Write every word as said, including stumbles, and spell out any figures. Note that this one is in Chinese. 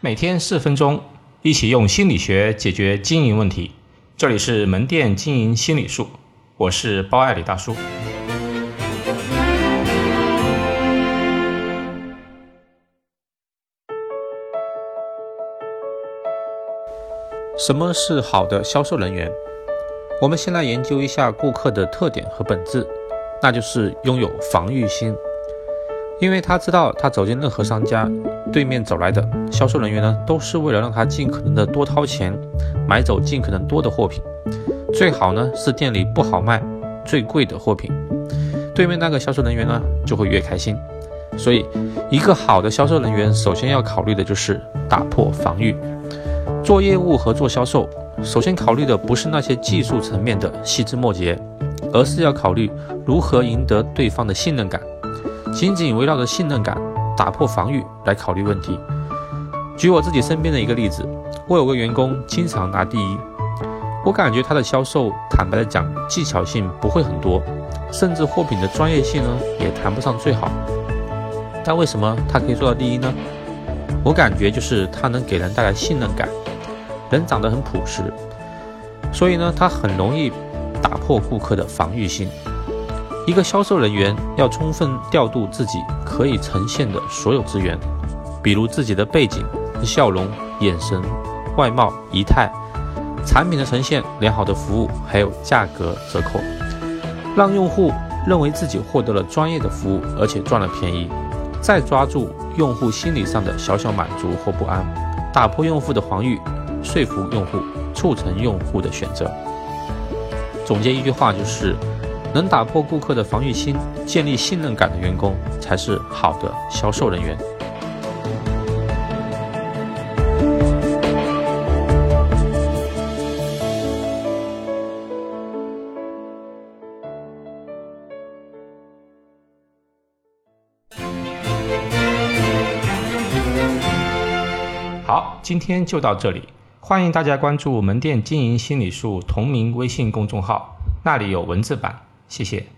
每天四分钟，一起用心理学解决经营问题。这里是门店经营心理术，我是包爱李大叔。 什么是好的销售人员？我们先来研究一下顾客的特点和本质，那就是拥有防御心。因为他知道他走进任何商家，对面走来的销售人员呢，都是为了让他尽可能的多掏钱，买走尽可能多的货品，最好呢是店里不好卖最贵的货品，对面那个销售人员呢就会越开心。所以一个好的销售人员首先要考虑的就是打破防御。做业务和做销售，首先考虑的不是那些技术层面的细枝末节，而是要考虑如何赢得对方的信任感，紧紧围绕着信任感，打破防御来考虑问题。举我自己身边的一个例子，我有个员工经常拿第一，我感觉他的销售坦白的讲技巧性不会很多，甚至货品的专业性呢也谈不上最好，但为什么他可以做到第一呢？我感觉就是他能给人带来信任感，人长得很朴实，所以呢他很容易打破顾客的防御心。一个销售人员要充分调度自己可以呈现的所有资源，比如自己的背景、笑容、眼神、外貌、仪态、产品的呈现、良好的服务，还有价格折扣，让用户认为自己获得了专业的服务，而且赚了便宜，再抓住用户心理上的小小满足或不安，打破用户的防御，说服用户，促成用户的选择。总结一句话就是，能打破顾客的防御心，建立信任感的员工才是好的销售人员。 好，今天就到这里，欢迎大家关注门店经营心理术同名微信公众号，那里有文字版，谢谢。